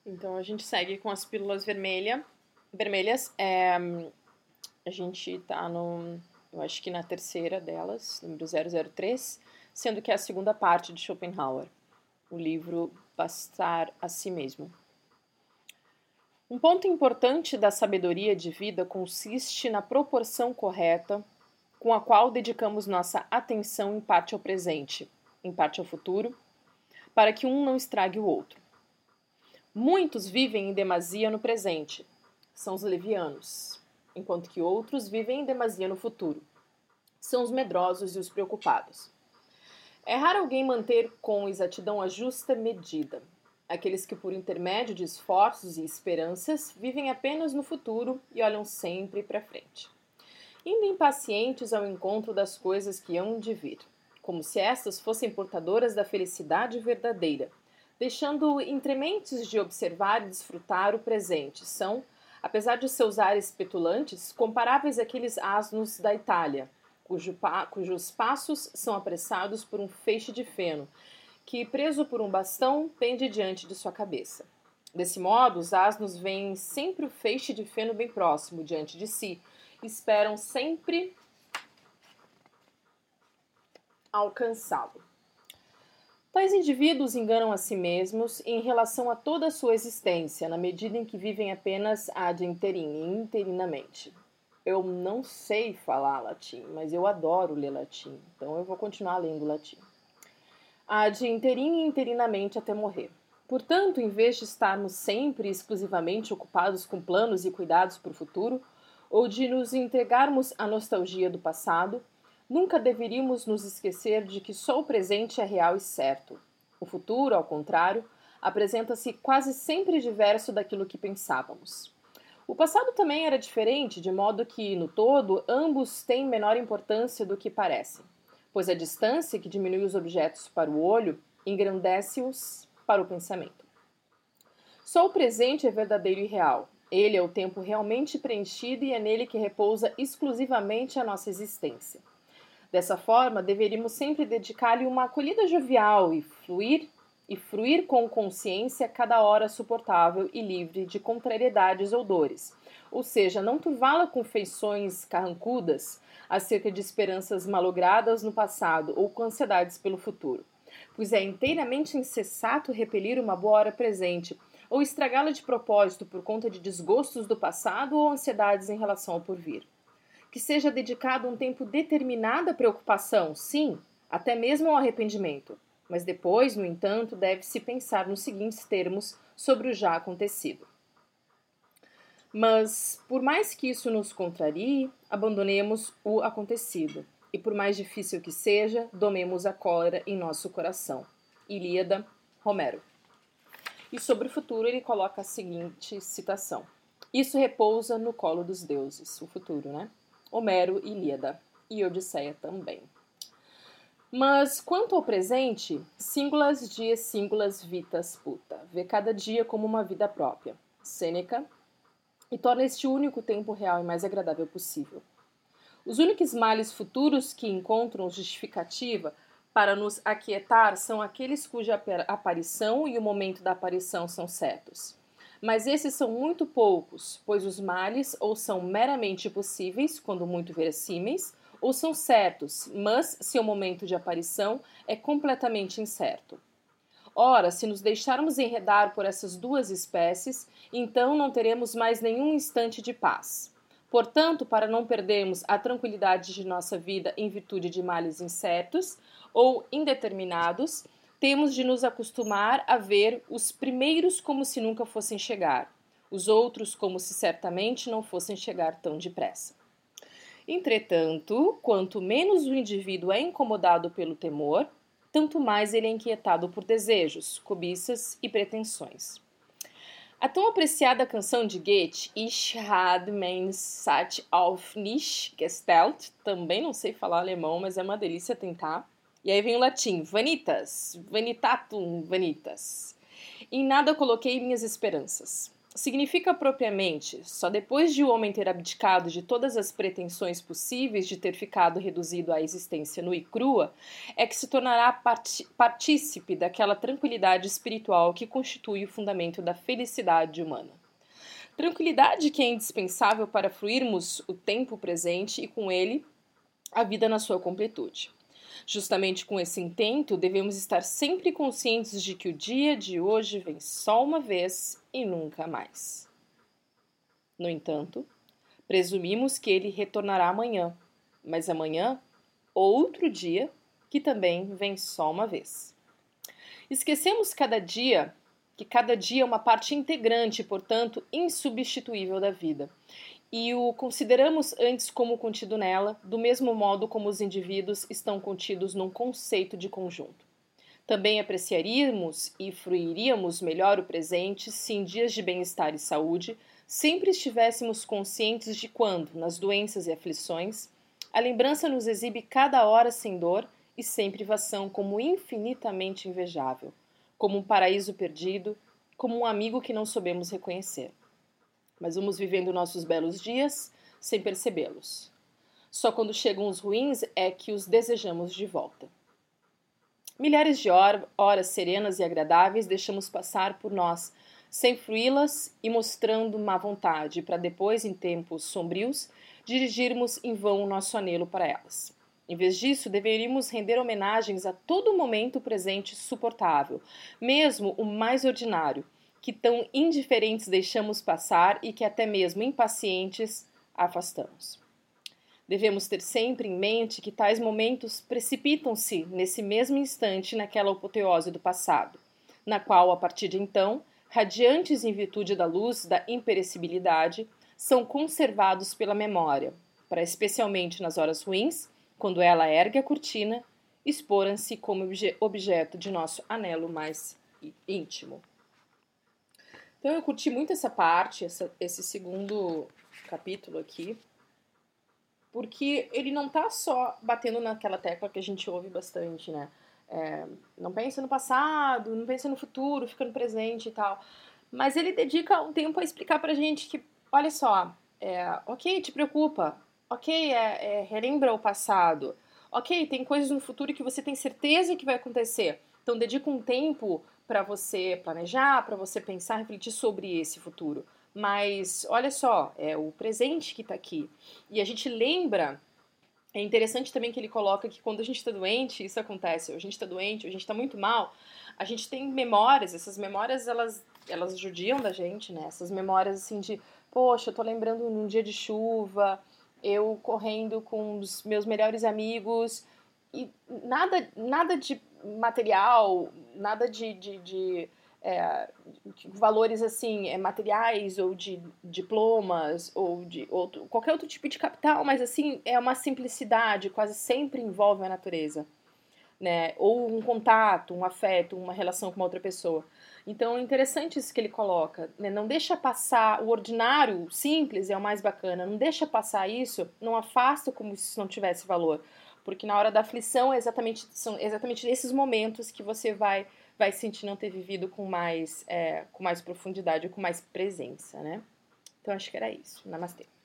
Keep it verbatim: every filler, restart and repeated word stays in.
Então a gente segue com as pílulas vermelha, vermelhas. É, a gente tá no, eu acho que na terceira delas, número zero zero três, sendo que é a segunda parte de Schopenhauer, o livro Bastar a Si Mesmo. Um ponto importante da sabedoria de vida consiste na proporção correta com a qual dedicamos nossa atenção em parte ao presente, em parte ao futuro, para que um não estrague o outro. Muitos vivem em demasia no presente, são os levianos, enquanto que outros vivem em demasia no futuro, são os medrosos e os preocupados. É raro alguém manter com exatidão a justa medida. Aqueles que, por intermédio de esforços e esperanças, vivem apenas no futuro e olham sempre para frente, indo impacientes ao encontro das coisas que hão de vir, como se estas fossem portadoras da felicidade verdadeira, deixando entrementes de observar e desfrutar o presente. São, apesar de seus ares petulantes, comparáveis àqueles asnos da Itália, cujo pa- cujos passos são apressados por um feixe de feno, que, preso por um bastão, pende diante de sua cabeça. Desse modo, os asnos veem sempre o feixe de feno bem próximo, diante de si, e esperam sempre alcançá-lo. Tais indivíduos enganam a si mesmos em relação a toda a sua existência, na medida em que vivem apenas ad interim, interinamente. Eu não sei falar latim, mas eu adoro ler latim, então eu vou continuar lendo latim. Ad interim e interinamente até morrer. Portanto, em vez de estarmos sempre e exclusivamente ocupados com planos e cuidados para o futuro, ou de nos entregarmos à nostalgia do passado, nunca deveríamos nos esquecer de que só o presente é real e certo. O futuro, ao contrário, apresenta-se quase sempre diverso daquilo que pensávamos. O passado também era diferente, de modo que, no todo, ambos têm menor importância do que parecem, pois a distância que diminui os objetos para o olho engrandece-os para o pensamento. Só o presente é verdadeiro e real. Ele é o tempo realmente preenchido e é nele que repousa exclusivamente a nossa existência. Dessa forma, deveríamos sempre dedicar-lhe uma acolhida jovial e fluir e fruir com consciência cada hora suportável e livre de contrariedades ou dores, ou seja, não turvá-la com feições carrancudas acerca de esperanças malogradas no passado ou com ansiedades pelo futuro, pois é inteiramente insensato repelir uma boa hora presente ou estragá-la de propósito por conta de desgostos do passado ou ansiedades em relação ao porvir. Que seja dedicado um tempo determinado à preocupação, sim, até mesmo ao arrependimento, mas depois, no entanto, deve-se pensar nos seguintes termos sobre o já acontecido. Mas, por mais que isso nos contrarie, abandonemos o acontecido, e por mais difícil que seja, domemos a cólera em nosso coração. Ilíada, Homero. E sobre o futuro ele coloca a seguinte citação: isso repousa no colo dos deuses, o futuro, né? Homero, Ilíada, e Odisseia também. Mas, quanto ao presente, singulas dies singulas vitas puta, vê cada dia como uma vida própria, Sêneca, e torna este único tempo real e mais agradável possível. Os únicos males futuros que encontram justificativa para nos aquietar são aqueles cuja aparição e o momento da aparição são certos. Mas esses são muito poucos, pois os males ou são meramente possíveis, quando muito verossímeis, ou são certos, mas seu momento de aparição é completamente incerto. Ora, se nos deixarmos enredar por essas duas espécies, então não teremos mais nenhum instante de paz. Portanto, para não perdermos a tranquilidade de nossa vida em virtude de males incertos ou indeterminados, temos de nos acostumar a ver os primeiros como se nunca fossem chegar, os outros como se certamente não fossem chegar tão depressa. Entretanto, quanto menos o indivíduo é incomodado pelo temor, tanto mais ele é inquietado por desejos, cobiças e pretensões. A tão apreciada canção de Goethe, Ich habe mein Satz auf nicht gestellt, também não sei falar alemão, mas é uma delícia tentar. E aí vem o latim, vanitas, vanitatum vanitas. Em nada coloquei minhas esperanças. significa propriamente, só depois de o homem ter abdicado de todas as pretensões possíveis de ter ficado reduzido à existência nua e crua, é que se tornará partícipe daquela tranquilidade espiritual que constitui o fundamento da felicidade humana. Tranquilidade que é indispensável para fruirmos o tempo presente e, com ele, a vida na sua completude. Justamente com esse intento, devemos estar sempre conscientes de que o dia de hoje vem só uma vez e nunca mais. No entanto, presumimos que ele retornará amanhã, mas amanhã, outro dia, que também vem só uma vez. Esquecemos cada dia que cada dia é uma parte integrante e, portanto, insubstituível da vida, e o consideramos antes como contido nela, do mesmo modo como os indivíduos estão contidos num conceito de conjunto. Também apreciaríamos e fruiríamos melhor o presente se em dias de bem-estar e saúde sempre estivéssemos conscientes de quando, nas doenças e aflições, a lembrança nos exibe cada hora sem dor e sem privação como infinitamente invejável, como um paraíso perdido, como um amigo que não soubemos reconhecer. Mas vamos vivendo nossos belos dias sem percebê-los. Só quando chegam os ruins é que os desejamos de volta. Milhares de horas serenas e agradáveis deixamos passar por nós, sem fruí-las e mostrando má vontade, para depois, em tempos sombrios, dirigirmos em vão o nosso anelo para elas. Em vez disso, deveríamos render homenagens a todo momento presente suportável, mesmo o mais ordinário, que tão indiferentes deixamos passar e que até mesmo impacientes afastamos. Devemos ter sempre em mente que tais momentos precipitam-se nesse mesmo instante naquela apoteose do passado, na qual, a partir de então, radiantes em virtude da luz da imperecibilidade, são conservados pela memória, para especialmente nas horas ruins, quando ela ergue a cortina, exporam-se como obje- objeto de nosso anelo mais íntimo. Então eu curti muito essa parte, essa, esse segundo capítulo aqui, porque ele não tá só batendo naquela tecla que a gente ouve bastante, né? É, não pensa no passado, não pensa no futuro, fica no presente e tal. Mas ele dedica um tempo a explicar pra gente que, olha só, é, ok, te preocupa, ok, é, é, relembra o passado, ok, tem coisas no futuro que você tem certeza que vai acontecer. Então dedica um tempo para você planejar, para você pensar, refletir sobre esse futuro. Mas, olha só, é o presente que está aqui. E a gente lembra, é interessante também que ele coloca que quando a gente está doente, isso acontece, ou a gente está doente, ou a gente está muito mal, a gente tem memórias, essas memórias, elas, elas judiam da gente, né? Essas memórias, assim, de, poxa, eu tô lembrando num dia de chuva, eu correndo com os meus melhores amigos, e nada, nada de material, nada de... de, de É, valores assim, é, materiais ou de diplomas ou de outro, qualquer outro tipo de capital, mas assim, é uma simplicidade, quase sempre envolve a natureza, né? Ou um contato, um afeto, uma relação com uma outra pessoa. Então é interessante isso que ele coloca, né? Não deixa passar o ordinário, o simples é o mais bacana, não deixa passar isso, não afasta como se isso não tivesse valor, porque na hora da aflição é exatamente, são exatamente esses momentos que você vai vai sentir não ter vivido com mais, é, com mais profundidade, com mais presença, né? Então, acho que era isso. Namastê.